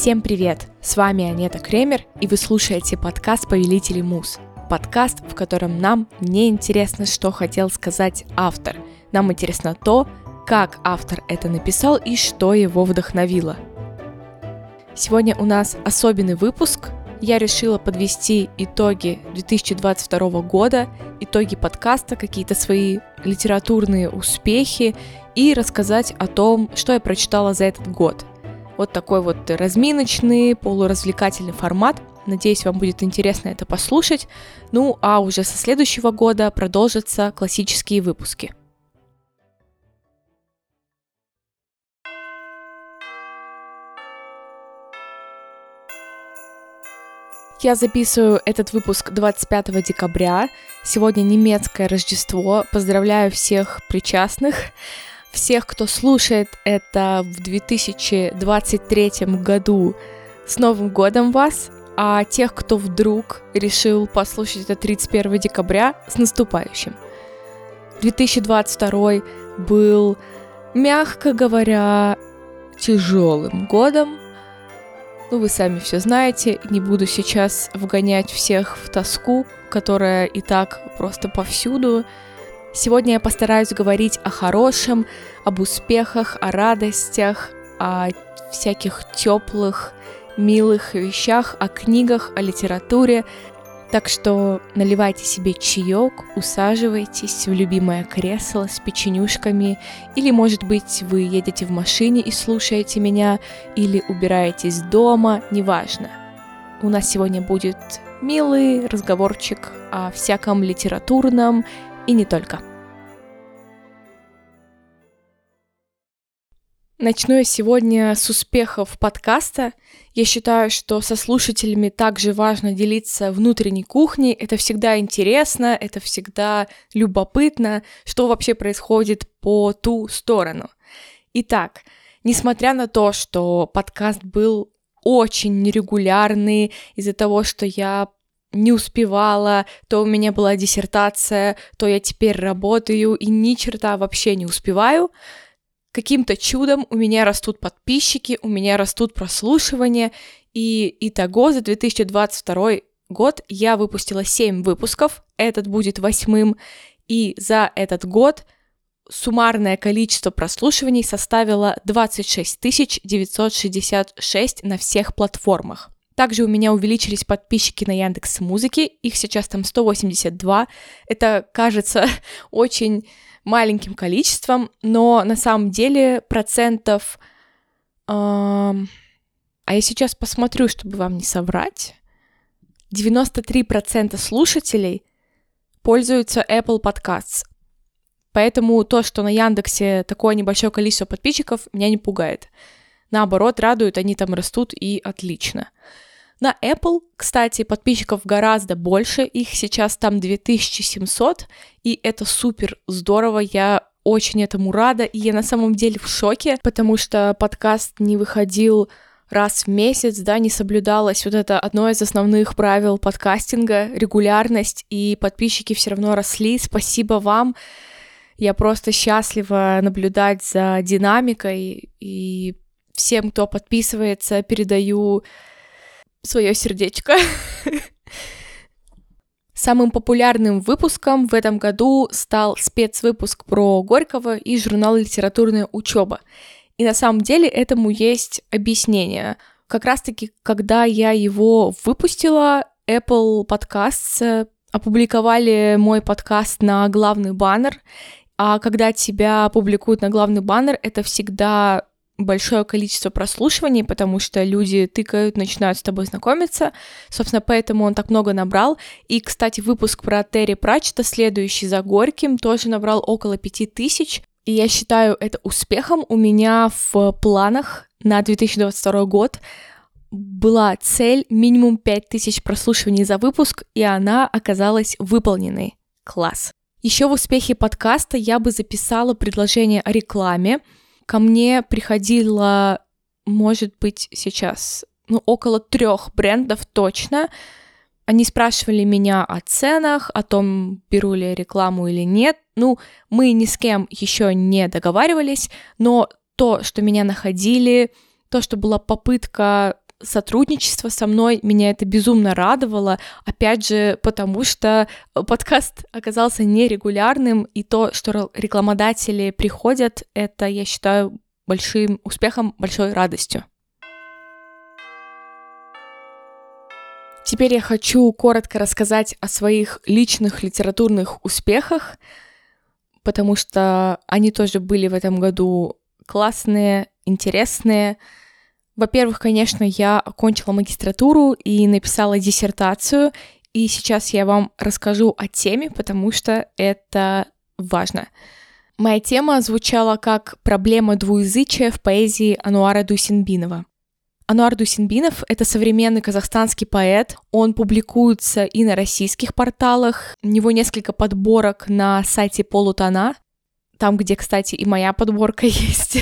Всем привет! С вами Анета Кремер, и вы слушаете подкаст «Повелители муз». Подкаст, в котором нам не интересно, что хотел сказать автор. Нам интересно то, как автор это написал и что его вдохновило. Сегодня у нас особенный выпуск. Я решила подвести итоги 2022 года, итоги подкаста, какие-то свои литературные успехи и рассказать о том, что я прочитала за этот год. Вот такой вот разминочный, полуразвлекательный формат. Надеюсь, вам будет интересно это послушать. Ну, а уже со следующего года продолжатся классические выпуски. Я записываю этот выпуск 25 декабря. Сегодня немецкое Рождество. Поздравляю всех причастных. Всех, кто слушает это в 2023 году, с Новым годом вас, а тех, кто вдруг решил послушать это 31 декабря, с наступающим. 2022 был, мягко говоря, тяжелым годом. Ну, вы сами все знаете, не буду сейчас вгонять всех в тоску, которая и так просто повсюду. Сегодня я постараюсь говорить о хорошем, об успехах, о радостях, о всяких теплых, милых вещах, о книгах, о литературе. Так что наливайте себе чаек, усаживайтесь в любимое кресло с печенюшками, или, может быть, вы едете в машине и слушаете меня, или убираетесь дома, неважно. У нас сегодня будет милый разговорчик о всяком литературном, и не только. Начну я сегодня с успехов подкаста. Я считаю, что со слушателями также важно делиться внутренней кухней. Это всегда интересно, это всегда любопытно, что вообще происходит по ту сторону. Итак, несмотря на то, что подкаст был очень нерегулярный из-за того, что я не успевала, то у меня была диссертация, то я теперь работаю и ни черта вообще не успеваю, каким-то чудом у меня растут подписчики, у меня растут прослушивания, и итого за 2022 год я выпустила 7 выпусков, этот будет 8-м, и за этот год суммарное количество прослушиваний составило 26 966 на всех платформах. Также у меня увеличились подписчики на Яндекс.Музыке, их сейчас там 182. Это кажется очень маленьким количеством, но на самом деле процентов... А я сейчас посмотрю, чтобы вам не соврать. 93% слушателей пользуются Apple Podcasts. Поэтому то, что на Яндексе такое небольшое количество подписчиков, меня не пугает. Наоборот, радует, они там растут, и отлично. На Apple, кстати, подписчиков гораздо больше, их сейчас там 2700, и это супер здорово, я очень этому рада, и я на самом деле в шоке, потому что подкаст не выходил раз в месяц, да, не соблюдалось вот это одно из основных правил подкастинга, регулярность, и подписчики все равно росли, спасибо вам, я просто счастлива наблюдать за динамикой, и всем, кто подписывается, передаю свое сердечко. Самым популярным выпуском в этом году стал спецвыпуск про Горького из журнала «Литературная учеба». И на самом деле этому есть объяснение. Как раз-таки, когда я его выпустила, Apple Podcasts опубликовали мой подкаст на главный баннер, а когда тебя публикуют на главный баннер, это всегда большое количество прослушиваний, потому что люди тыкают, начинают с тобой знакомиться. Собственно, поэтому он так много набрал. И, кстати, выпуск про Терри Пратчетта, следующий за Горьким, тоже набрал около 5000. И я считаю это успехом. У меня в планах на 2022 год была цель минимум 5000 прослушиваний за выпуск, и она оказалась выполненной. Класс. Еще в успехе подкаста я бы записала предложение о рекламе. Ко мне приходило, может быть, сейчас, около 3 брендов точно. Они спрашивали меня о ценах, о том, беру ли я рекламу или нет. Мы ни с кем еще не договаривались, но то, что меня находили, то, что была попытка сотрудничество со мной, меня это безумно радовало, опять же, потому что подкаст оказался нерегулярным, и то, что рекламодатели приходят, это, я считаю, большим успехом, большой радостью. Теперь я хочу коротко рассказать о своих личных литературных успехах, потому что они тоже были в этом году классные, интересные. Во-первых, конечно, я окончила магистратуру и написала диссертацию, и сейчас я вам расскажу о теме, потому что это важно. Моя тема звучала как «Проблема двуязычия в поэзии Ануара Дусинбинова». Ануар Дусинбинов — это современный казахстанский поэт, он публикуется и на российских порталах, у него несколько подборок на сайте Полутона, там, где, кстати, и моя подборка есть.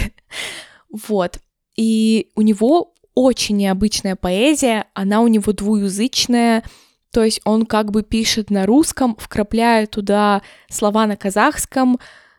Вот. И у него очень необычная поэзия, она у него двуязычная, то есть он как бы пишет на русском, вкрапляя туда слова на казахском,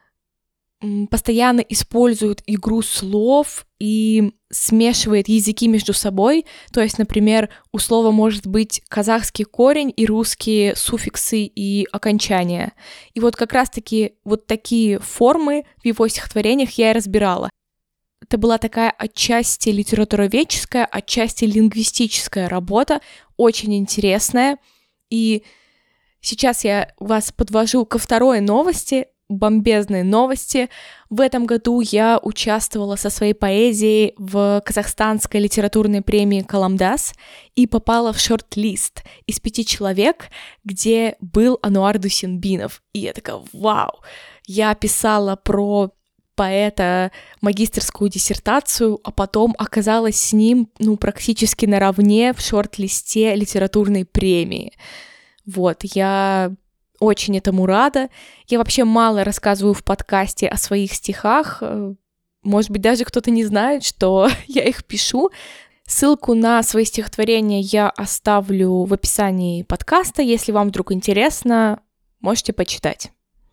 постоянно использует игру слов и смешивает языки между собой, то есть, например, у слова может быть казахский корень и русские суффиксы и окончания. И вот как раз-таки вот такие формы в его стихотворениях я и разбирала. Это была такая отчасти литературоведческая, отчасти лингвистическая работа, очень интересная. И сейчас я вас подвожу ко второй новости, бомбезные новости. В этом году я участвовала со своей поэзией в казахстанской литературной премии «Каламдас» и попала в шорт-лист из 5 человек, где был Ануар Дусинбинов. И я такая, вау! Я писала про поэта магистерскую диссертацию, а потом оказалась с ним, практически наравне в шорт-листе литературной премии. Вот, я очень этому рада. Я вообще мало рассказываю в подкасте о своих стихах. Может быть, даже кто-то не знает, что я их пишу. Ссылку на свои стихотворения я оставлю в описании подкаста. Если вам вдруг интересно, можете почитать.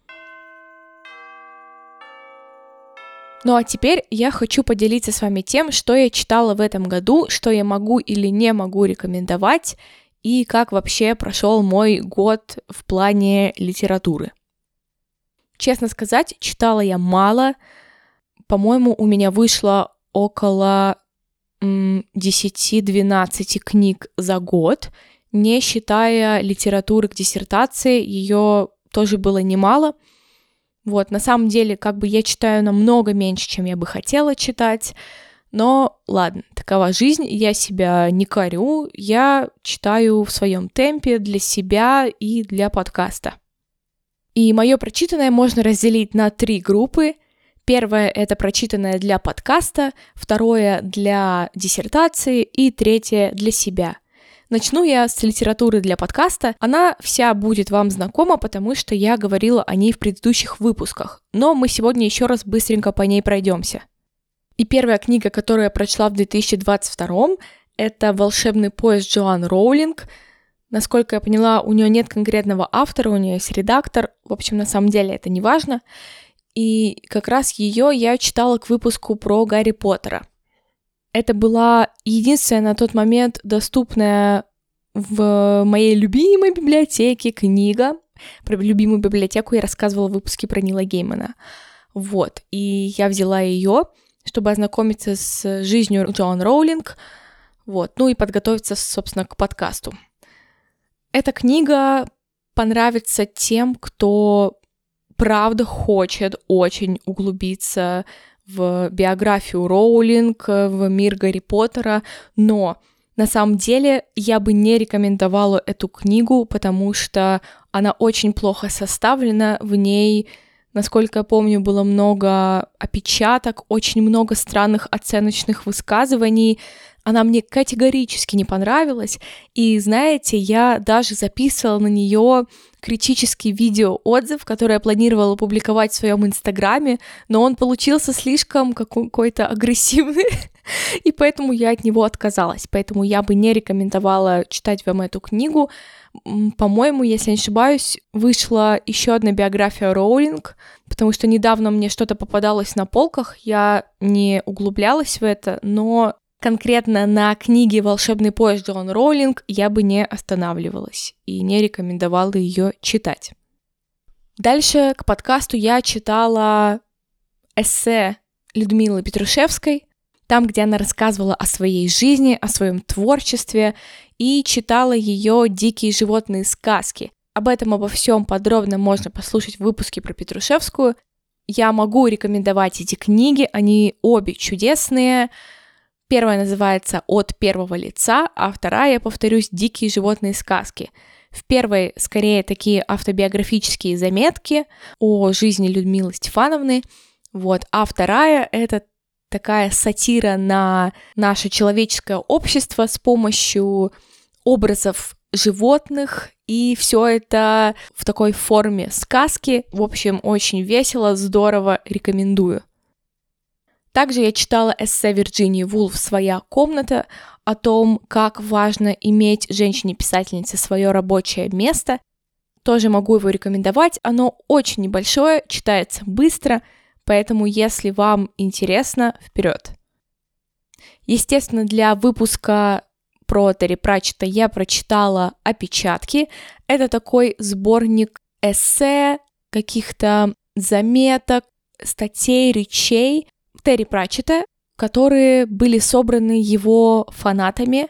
Ну а теперь я хочу поделиться с вами тем, что я читала в этом году, что я могу или не могу рекомендовать, и как вообще прошел мой год в плане литературы. Честно сказать, читала я мало. По-моему, у меня вышло около 10-12 книг за год, не считая литературы к диссертации, ее тоже было немало. Вот, на самом деле, я читаю намного меньше, чем я бы хотела читать, но ладно, такова жизнь, я себя не корю, я читаю в своем темпе для себя и для подкаста. И мое прочитанное можно разделить на 3 группы. Первое — это прочитанное для подкаста, второе — для диссертации и третье — для себя. Начну я с литературы для подкаста. Она вся будет вам знакома, потому что я говорила о ней в предыдущих выпусках, но мы сегодня еще раз быстренько по ней пройдемся. И первая книга, которую я прочла в 2022, это «Волшебный поезд» Джоан Роулинг. Насколько я поняла, у нее нет конкретного автора, у нее есть редактор. В общем, на самом деле это не важно. И как раз ее я читала к выпуску про Гарри Поттера. Это была единственная на тот момент доступная в моей любимой библиотеке книга. Про любимую библиотеку я рассказывала в выпуске про Нила Геймана. Вот, и я взяла ее, чтобы ознакомиться с жизнью Джоан Роулинг, вот, и подготовиться, собственно, к подкасту. Эта книга понравится тем, кто правда хочет очень углубиться в биографию Роулинг, в мир Гарри Поттера, но на самом деле я бы не рекомендовала эту книгу, потому что она очень плохо составлена, в ней, насколько я помню, было много опечаток, очень много странных оценочных высказываний. Она мне категорически не понравилась, и, знаете, я даже записывала на нее критический видеоотзыв, который я планировала публиковать в своем инстаграме, но он получился слишком какой-то агрессивный, и поэтому я от него отказалась. Поэтому я бы не рекомендовала читать вам эту книгу. По-моему, если не ошибаюсь, вышла еще одна биография Роулинг, потому что недавно мне что-то попадалось на полках, я не углублялась в это, но конкретно на книге «Волшебный поезд» Джоан Роулинг я бы не останавливалась и не рекомендовала ее читать. Дальше к подкасту я читала эссе Людмилы Петрушевской, там, где она рассказывала о своей жизни, о своем творчестве, и читала ее «Дикие животные сказки». Об этом, обо всем подробно можно послушать в выпуске про Петрушевскую. Я могу рекомендовать эти книги, они обе чудесные. Первая называется «От первого лица», а вторая, я повторюсь, «Дикие животные сказки». В первой, скорее, такие автобиографические заметки о жизни Людмилы Стефановны, а вторая — это такая сатира на наше человеческое общество с помощью образов животных, и все это в такой форме сказки. В общем, очень весело, здорово, рекомендую. Также я читала эссе Вирджинии Вулф «Своя комната» о том, как важно иметь женщине-писательнице свое рабочее место. Тоже могу его рекомендовать. Оно очень небольшое, читается быстро, поэтому, если вам интересно, вперед. Естественно, для выпуска про Терри Пратчетта я прочитала «Опечатки». Это такой сборник эссе, каких-то заметок, статей, речей Терри Пратчетта, которые были собраны его фанатами,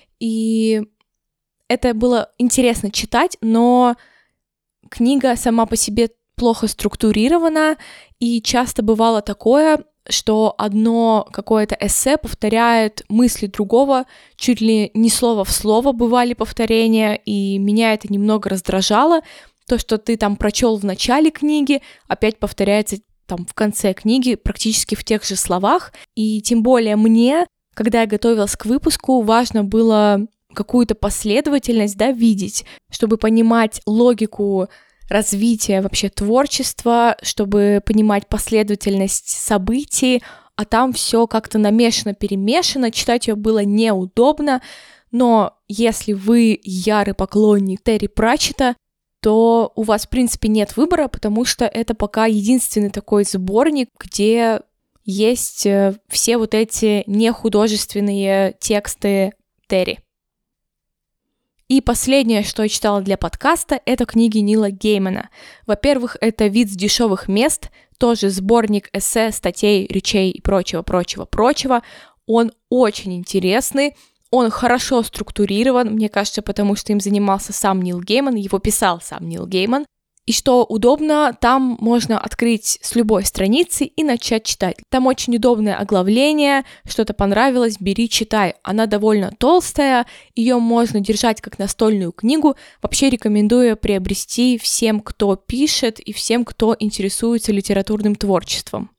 и это было интересно читать, но книга сама по себе плохо структурирована, и часто бывало такое, что одно какое-то эссе повторяет мысли другого, чуть ли не слово в слово бывали повторения, и меня это немного раздражало. То, что ты там прочел в начале книги, опять повторяется там в конце книги практически в тех же словах, и тем более мне, когда я готовилась к выпуску, важно было какую-то последовательность, видеть, чтобы понимать логику развития вообще творчества, чтобы понимать последовательность событий, а там все как-то намешано-перемешано, читать ее было неудобно, но если вы ярый поклонник Терри Пратчетта, то у вас, в принципе, нет выбора, потому что это пока единственный такой сборник, где есть все вот эти нехудожественные тексты Терри. И последнее, что я читала для подкаста, это книги Нила Геймана. Во-первых, это «Вид с дешевых мест», тоже сборник эссе, статей, речей и прочего. Он очень интересный. Он хорошо структурирован, мне кажется, потому что им занимался сам Нил Гейман, его писал сам Нил Гейман. И что удобно, там можно открыть с любой страницы и начать читать. Там очень удобное оглавление, что-то понравилось, бери, читай. Она довольно толстая, ее можно держать как настольную книгу. Вообще рекомендую приобрести всем, кто пишет, и всем, кто интересуется литературным творчеством.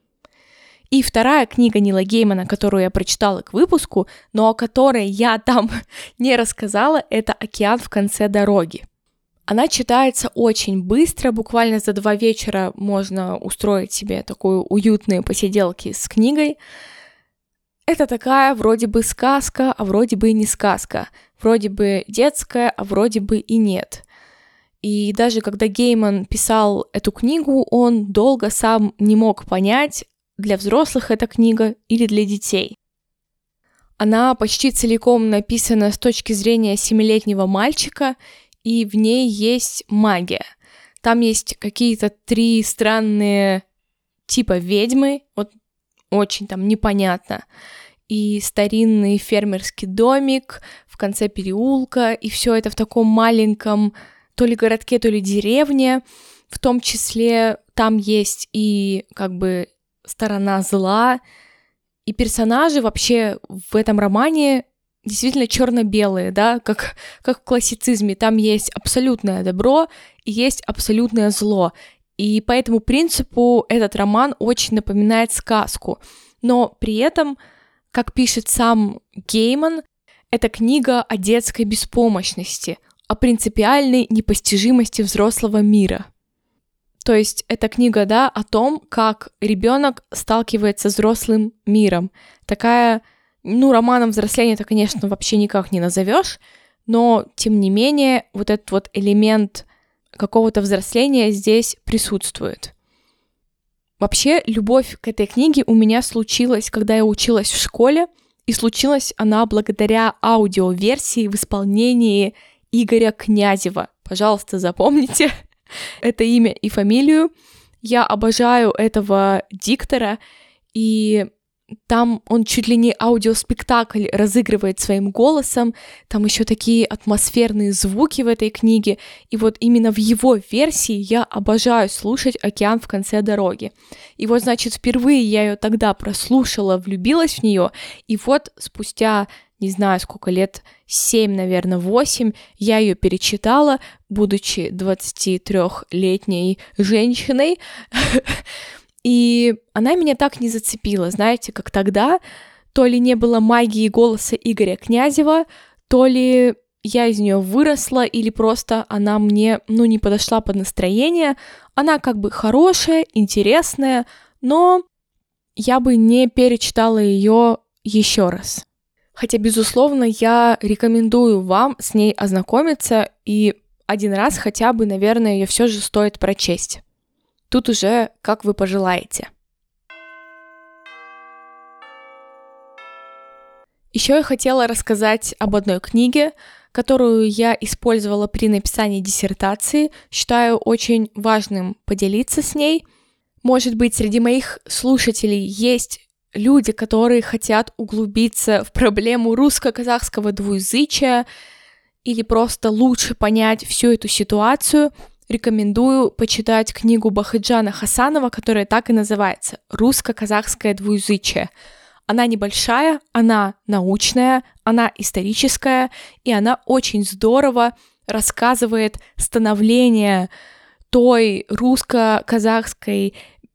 И вторая книга Нила Геймана, которую я прочитала к выпуску, но о которой я там не рассказала, это «Океан в конце дороги». Она читается очень быстро, буквально за 2 вечера можно устроить себе такую уютные посиделки с книгой. Это такая вроде бы сказка, а вроде бы и не сказка, вроде бы детская, а вроде бы и нет. И даже когда Гейман писал эту книгу, он долго сам не мог понять, для взрослых эта книга или для детей. Она почти целиком написана с точки зрения 7-летнего мальчика, и в ней есть магия. Там есть какие-то 3 странные типа ведьмы, очень там непонятно, и старинный фермерский домик в конце переулка, и все это в таком маленьком то ли городке, то ли деревне. В том числе там есть и сторона зла, и персонажи вообще в этом романе действительно черно-белые, как в классицизме. Там есть абсолютное добро и есть абсолютное зло. И по этому принципу этот роман очень напоминает сказку. Но при этом, как пишет сам Гейман, это книга о детской беспомощности, о принципиальной непостижимости взрослого мира. То есть это книга, о том, как ребенок сталкивается с взрослым миром. Такая, романом взросления это, конечно, вообще никак не назовешь, но, тем не менее, вот этот элемент какого-то взросления здесь присутствует. Вообще, любовь к этой книге у меня случилась, когда я училась в школе. И случилась она благодаря аудиоверсии в исполнении Игоря Князева. Пожалуйста, запомните это имя и фамилию. Я обожаю этого диктора, и там он чуть ли не аудиоспектакль разыгрывает своим голосом, там еще такие атмосферные звуки в этой книге, и вот именно в его версии я обожаю слушать «Океан в конце дороги». И вот, значит, впервые я ее тогда прослушала, влюбилась в нее, и вот спустя, не знаю, сколько лет, 7, наверное, 8, я ее перечитала, будучи 23-летней женщиной, и она меня так не зацепила, знаете, как тогда. То ли не было магии голоса Игоря Князева, то ли я из нее выросла, или просто она мне, не подошла под настроение. Она как бы хорошая, интересная, но я бы не перечитала ее еще раз. Хотя, безусловно, я рекомендую вам с ней ознакомиться, и один раз хотя бы, наверное, ее все же стоит прочесть. Тут уже как вы пожелаете. Еще я хотела рассказать об одной книге, которую я использовала при написании диссертации. Считаю очень важным поделиться с ней. Может быть, среди моих слушателей есть люди, которые хотят углубиться в проблему русско-казахского двуязычия или просто лучше понять всю эту ситуацию. Рекомендую почитать книгу Бахытжана Хасанова, которая так и называется «Русско-казахское двуязычие». Она небольшая, она научная, она историческая, и она очень здорово рассказывает становление той русско-казахской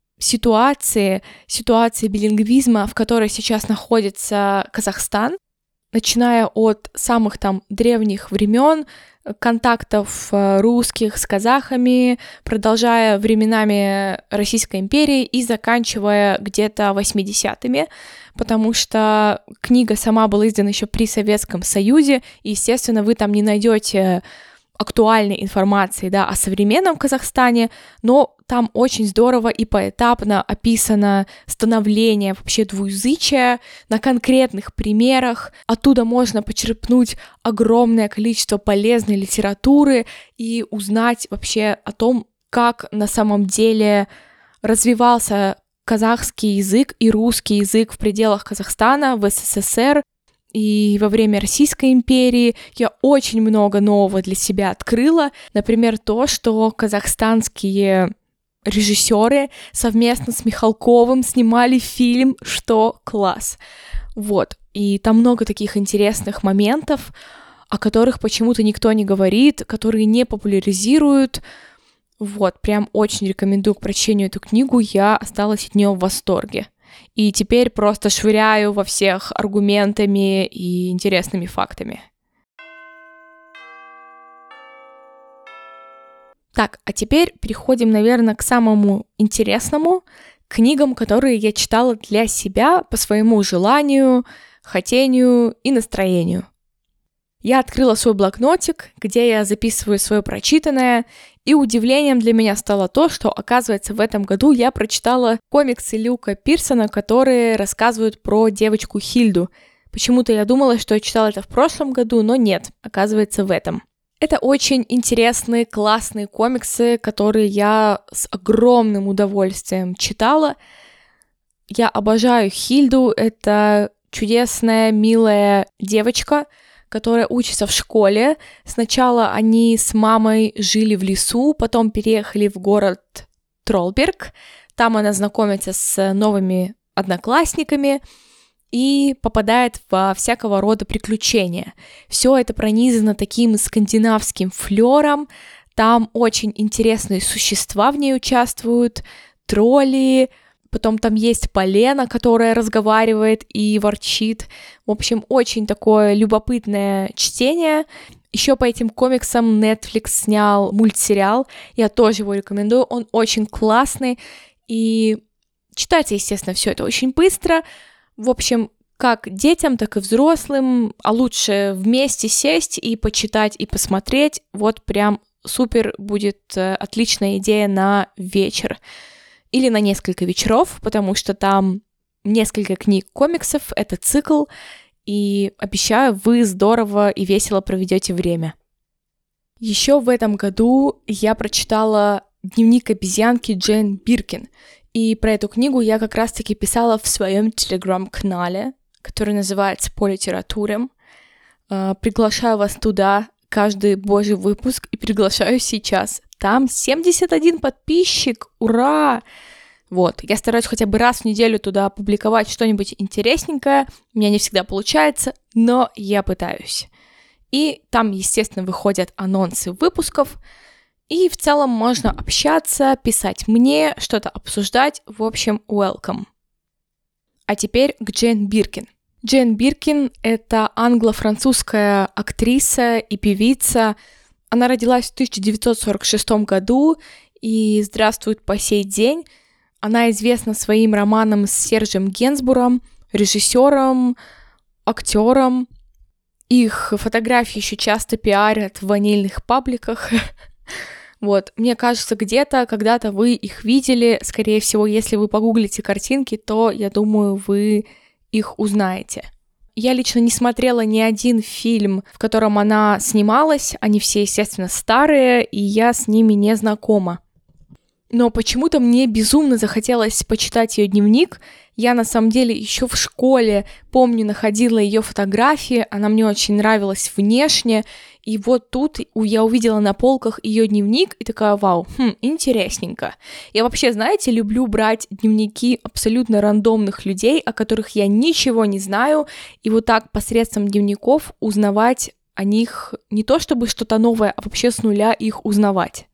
ситуации билингвизма, в которой сейчас находится Казахстан, начиная от самых там древних времен, контактов русских с казахами, продолжая временами Российской империи и заканчивая где-то 80-ми, потому что книга сама была издана еще при Советском Союзе, и, естественно, вы там не найдете актуальной информации, о современном Казахстане, но там очень здорово и поэтапно описано становление вообще двуязычия на конкретных примерах. Оттуда можно почерпнуть огромное количество полезной литературы и узнать вообще о том, как на самом деле развивался казахский язык и русский язык в пределах Казахстана, в СССР, и во время Российской империи. Я очень много нового для себя открыла. Например, то, что казахстанские режиссеры совместно с Михалковым снимали фильм «Что класс». Вот. И там много таких интересных моментов, о которых почему-то никто не говорит, которые не популяризируют. Вот. Прям очень рекомендую к прочтению эту книгу. Я осталась от нее в восторге. И теперь просто швыряю во всех аргументами и интересными фактами. Так, а теперь переходим, наверное, к самому интересному, книгам, которые я читала для себя по своему желанию, хотению и настроению. Я открыла свой блокнотик, где я записываю свое прочитанное, и удивлением для меня стало то, что, оказывается, в этом году я прочитала комиксы Люка Пирсона, которые рассказывают про девочку Хильду. Почему-то я думала, что я читала это в прошлом году, но нет, оказывается, в этом. Это очень интересные, классные комиксы, которые я с огромным удовольствием читала. Я обожаю Хильду, это чудесная, милая девочка, которая учится в школе. Сначала они с мамой жили в лесу, потом переехали в город Тролберг. Там она знакомится с новыми одноклассниками и попадает во всякого рода приключения. Все это пронизано таким скандинавским флером. Там очень интересные существа в ней участвуют, тролли. Потом там есть Полена, которая разговаривает и ворчит. В общем, очень такое любопытное чтение. Еще по этим комиксам Netflix снял мультсериал. Я тоже его рекомендую. Он очень классный. И читается, естественно, все это очень быстро. В общем, как детям, так и взрослым. А лучше вместе сесть и почитать, и посмотреть. Вот прям супер будет отличная идея на вечер. Или на несколько вечеров, потому что там несколько книг комиксов, это цикл, и обещаю, вы здорово и весело проведете время. Еще в этом году я прочитала «Дневник обезьянки» Джейн Биркин, и про эту книгу я как раз-таки писала в своем телеграм-канале, который называется «По литературам». Приглашаю вас туда каждый божий выпуск и приглашаю сейчас. Там 71 подписчик! Ура! Вот, я стараюсь хотя бы раз в неделю туда публиковать что-нибудь интересненькое. У меня не всегда получается, но я пытаюсь. И там, естественно, выходят анонсы выпусков. И в целом можно общаться, писать мне, что-то обсуждать. В общем, welcome. А теперь к Джейн Биркин. Джейн Биркин — это англо-французская актриса и певица. Она родилась в 1946 году и здравствует по сей день. Она известна своим романом с Сержем Генсбуром, режиссером, актером. Их фотографии еще часто пиарят в ванильных пабликах. Вот, мне кажется, где-то, когда-то вы их видели. Скорее всего, если вы погуглите картинки, то, я думаю, вы их узнаете. Я лично не смотрела ни один фильм, в котором она снималась. Они все, естественно, старые, и я с ними не знакома. Но почему-то мне безумно захотелось почитать ее дневник. Я, на самом деле, еще в школе, помню, находила ее фотографии, она мне очень нравилась внешне, и вот тут я увидела на полках ее дневник, и такая, вау, интересненько. Я вообще, знаете, люблю брать дневники абсолютно рандомных людей, о которых я ничего не знаю, и вот так посредством дневников узнавать о них не то чтобы что-то новое, а вообще с нуля их узнавать.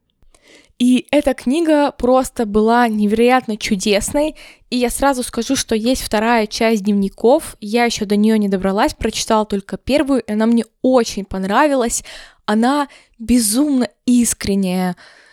И эта книга просто была невероятно чудесной, и я сразу скажу, что есть вторая часть дневников, я еще до нее не добралась, прочитала только первую, и она мне очень понравилась, она безумно искренняя,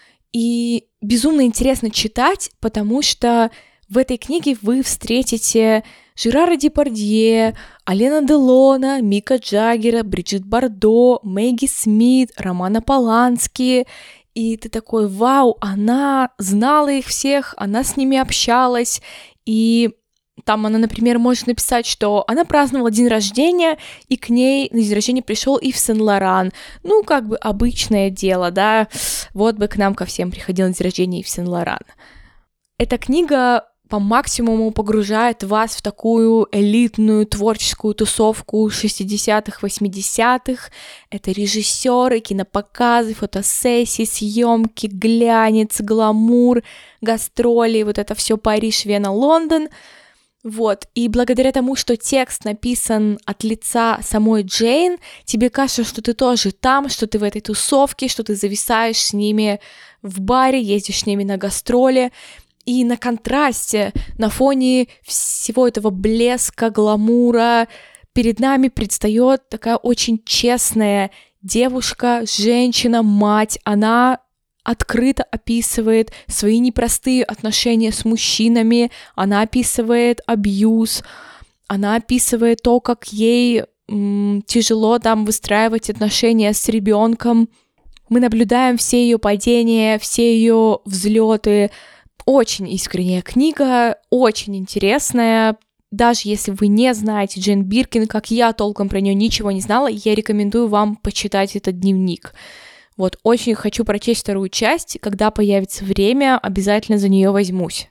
и безумно интересно читать, потому что в этой книге вы встретите Жерара Депардье, Алена Делона, Мика Джаггера, Бриджит Бардо, Мэгги Смит, Романа Полански. И ты такой, вау, она знала их всех, она с ними общалась, и там она, например, может написать, что она праздновала день рождения, и к ней на день рождения пришел Ив Сен-Лоран. Ну, как бы обычное дело, да, вот бы к нам ко всем приходил на день рождения Ив Сен-Лоран. Эта книга по максимуму погружает вас в такую элитную творческую тусовку 60-х, 80-х. Это режиссеры, кинопоказы, фотосессии, съемки, глянец, гламур, гастроли, вот это все Париж, Вена, Лондон. Вот, и благодаря тому, что текст написан от лица самой Джейн, тебе кажется, что ты тоже там, что ты в этой тусовке, что ты зависаешь с ними в баре, ездишь с ними на гастроли. И на контрасте, на фоне всего этого блеска, гламура, перед нами предстает такая очень честная девушка, женщина, мать. Она открыто описывает свои непростые отношения с мужчинами, она описывает абьюз, она описывает то, как ей тяжело там выстраивать отношения с ребенком. Мы наблюдаем все ее падения, все ее взлеты. Очень искренняя книга, очень интересная. Даже если вы не знаете Джейн Биркин, как я толком про нее ничего не знала, я рекомендую вам почитать этот дневник. Вот, очень хочу прочесть вторую часть. Когда появится время, обязательно за нее возьмусь.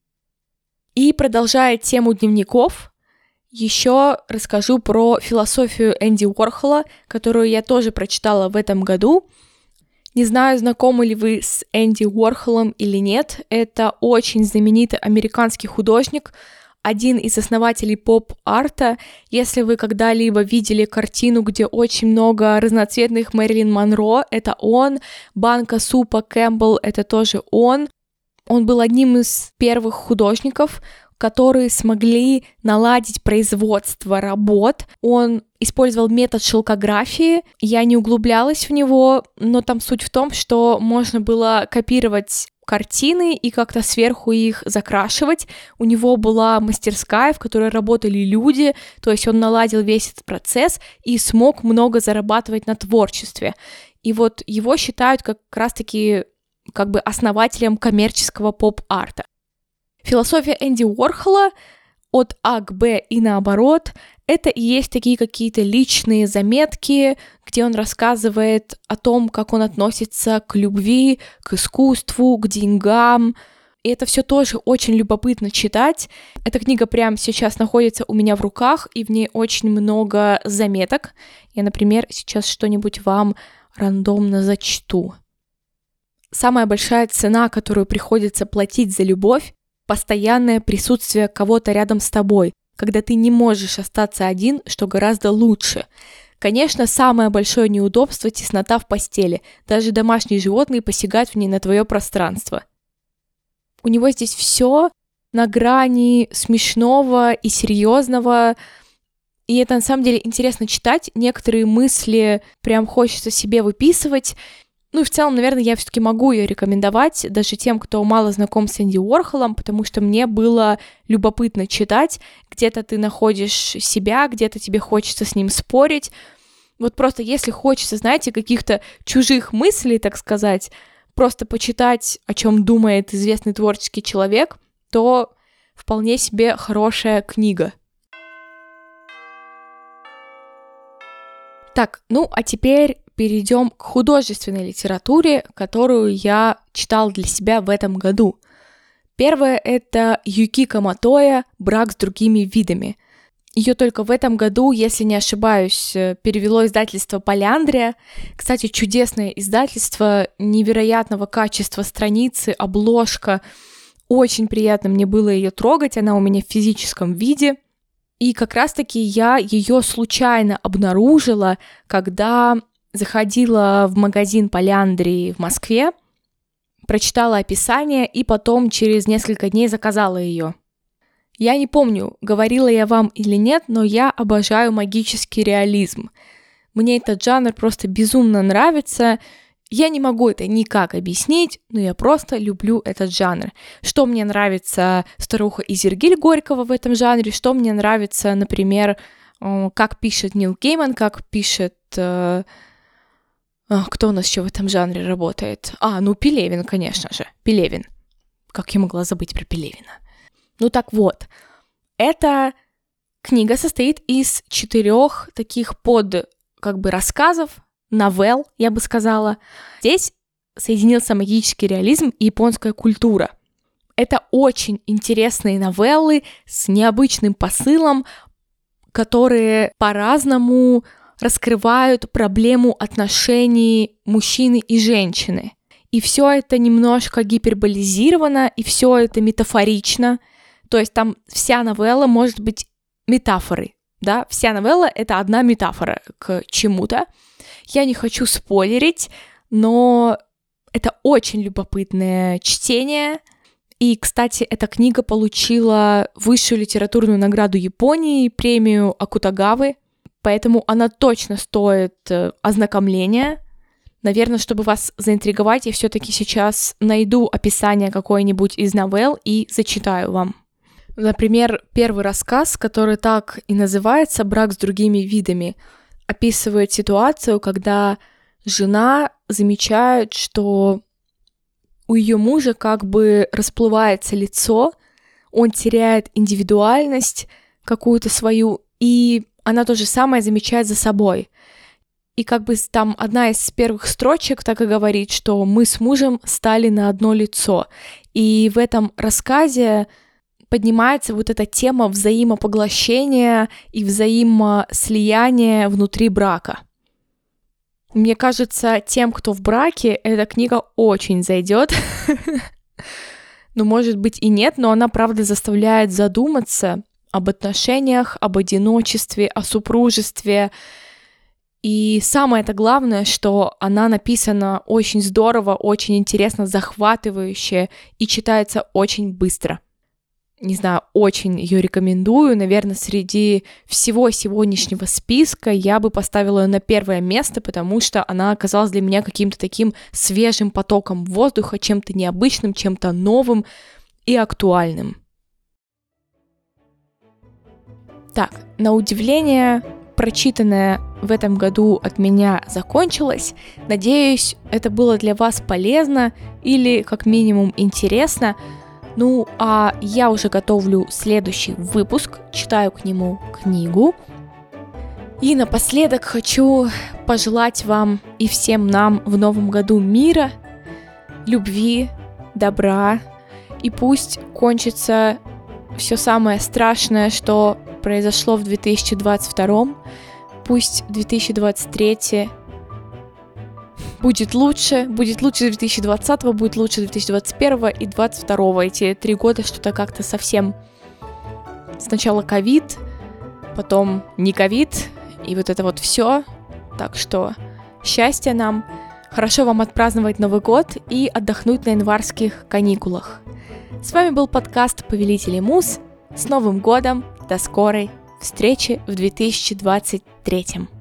И продолжая тему дневников, еще расскажу про философию Энди Уорхола, которую я тоже прочитала в этом году. Не знаю, знакомы ли вы с Энди Уорхолом или нет. Это очень знаменитый американский художник, один из основателей поп-арта. Если вы когда-либо видели картину, где очень много разноцветных Мэрилин Монро, это он. Банка супа Кэмпбелл, это тоже он. Он был одним из первых художников, которые смогли наладить производство работ. Он использовал метод шелкографии. Я не углублялась в него, но там суть в том, что можно было копировать картины и как-то сверху их закрашивать. У него была мастерская, в которой работали люди, то есть он наладил весь этот процесс и смог много зарабатывать на творчестве. И вот его считают как раз-таки как бы основателем коммерческого поп-арта. Философия Энди Уорхола от А к Б и наоборот — Это и есть такие какие-то личные заметки, где он рассказывает о том, как он относится к любви, к искусству, к деньгам. И это все тоже очень любопытно читать. Эта книга прямо сейчас находится у меня в руках, и в ней очень много заметок. Я, например, сейчас что-нибудь вам рандомно зачту. Самая большая цена, которую приходится платить за любовь, постоянное присутствие кого-то рядом с тобой, когда ты не можешь остаться один, что гораздо лучше. Конечно, самое большое неудобство — теснота в постели. Даже домашние животные посягают в ней на твое пространство. У него здесь все на грани смешного и серьезного. И это на самом деле интересно читать. Некоторые мысли прям хочется себе выписывать. Ну и в целом, наверное, я все-таки могу ее рекомендовать даже тем, кто мало знаком с Энди Уорхолом, потому что мне было любопытно читать. Где-то ты находишь себя, где-то тебе хочется с ним спорить. Вот просто если хочется, знаете, каких-то чужих мыслей, так сказать, просто почитать, о чем думает известный творческий человек, то вполне себе хорошая книга. Так, ну а теперь перейдем к художественной литературе, которую я читал для себя в этом году. Первое — это Юкико Матоя «Брак с другими видами». Ее только в этом году, если не ошибаюсь, перевело издательство «Поляндрия». Кстати, чудесное издательство, невероятного качества страницы, обложка. Очень приятно мне было ее трогать, она у меня в физическом виде. И как раз-таки я ее случайно обнаружила, когда заходила в магазин Поляндрии в Москве, прочитала описание и потом через несколько дней заказала ее. Я не помню, говорила я вам или нет, но я обожаю магический реализм. Мне этот жанр просто безумно нравится. Я не могу это никак объяснить, но я просто люблю этот жанр. Что мне нравится «Старуха Изергиль» Горького в этом жанре, что мне нравится, например, как пишет Нил Гейман, как пишет... Кто у нас еще в этом жанре работает? Пелевин, конечно же. Пелевин. Как я могла забыть про Пелевина? Ну так вот, эта книга состоит из 4 таких рассказов, новелл, я бы сказала. Здесь соединился магический реализм и японская культура. Это очень интересные новеллы с необычным посылом, которые по-разному раскрывают проблему отношений мужчины и женщины. И все это немножко гиперболизировано, и все это метафорично. То есть там вся новелла может быть метафорой, да? Вся новелла — это одна метафора к чему-то. Я не хочу спойлерить, но это очень любопытное чтение. И, кстати, эта книга получила высшую литературную награду Японии, премию Акутагавы, поэтому она точно стоит ознакомления. Наверное, чтобы вас заинтриговать, я все-таки сейчас найду описание какой-нибудь из новелл и зачитаю вам. Например, первый рассказ, который так и называется «Брак с другими видами», описывает ситуацию, когда жена замечает, что у ее мужа как бы расплывается лицо, он теряет индивидуальность какую-то свою, и она то же самое замечает за собой. И как бы там одна из первых строчек так и говорит, что мы с мужем стали на одно лицо. И в этом рассказе поднимается вот эта тема взаимопоглощения и взаимослияния внутри брака. Мне кажется, тем, кто в браке, эта книга очень зайдет. Ну, может быть и нет, но она, правда, заставляет задуматься об отношениях, об одиночестве, о супружестве. И самое-то главное, что она написана очень здорово, очень интересно, захватывающе и читается очень быстро. Не знаю, очень ее рекомендую. Наверное, среди всего сегодняшнего списка я бы поставила ее на первое место, потому что она оказалась для меня каким-то таким свежим потоком воздуха, чем-то необычным, чем-то новым и актуальным. Так, на удивление, прочитанное в этом году от меня закончилось. Надеюсь, это было для вас полезно или как минимум интересно. Ну, а я уже готовлю следующий выпуск, читаю к нему книгу. И напоследок хочу пожелать вам и всем нам в новом году мира, любви, добра. И пусть кончится все самое страшное, что произошло в 2022. Пусть 2023 будет лучше 2020, будет лучше 2021 и 2022. Эти 3 года что-то как-то совсем... Сначала ковид, потом не ковид, и вот это вот все. Так что счастья нам, хорошо вам отпраздновать Новый год и отдохнуть на январских каникулах. С вами был подкаст «Повелители Муз». С Новым годом! До скорой встречи в 2023.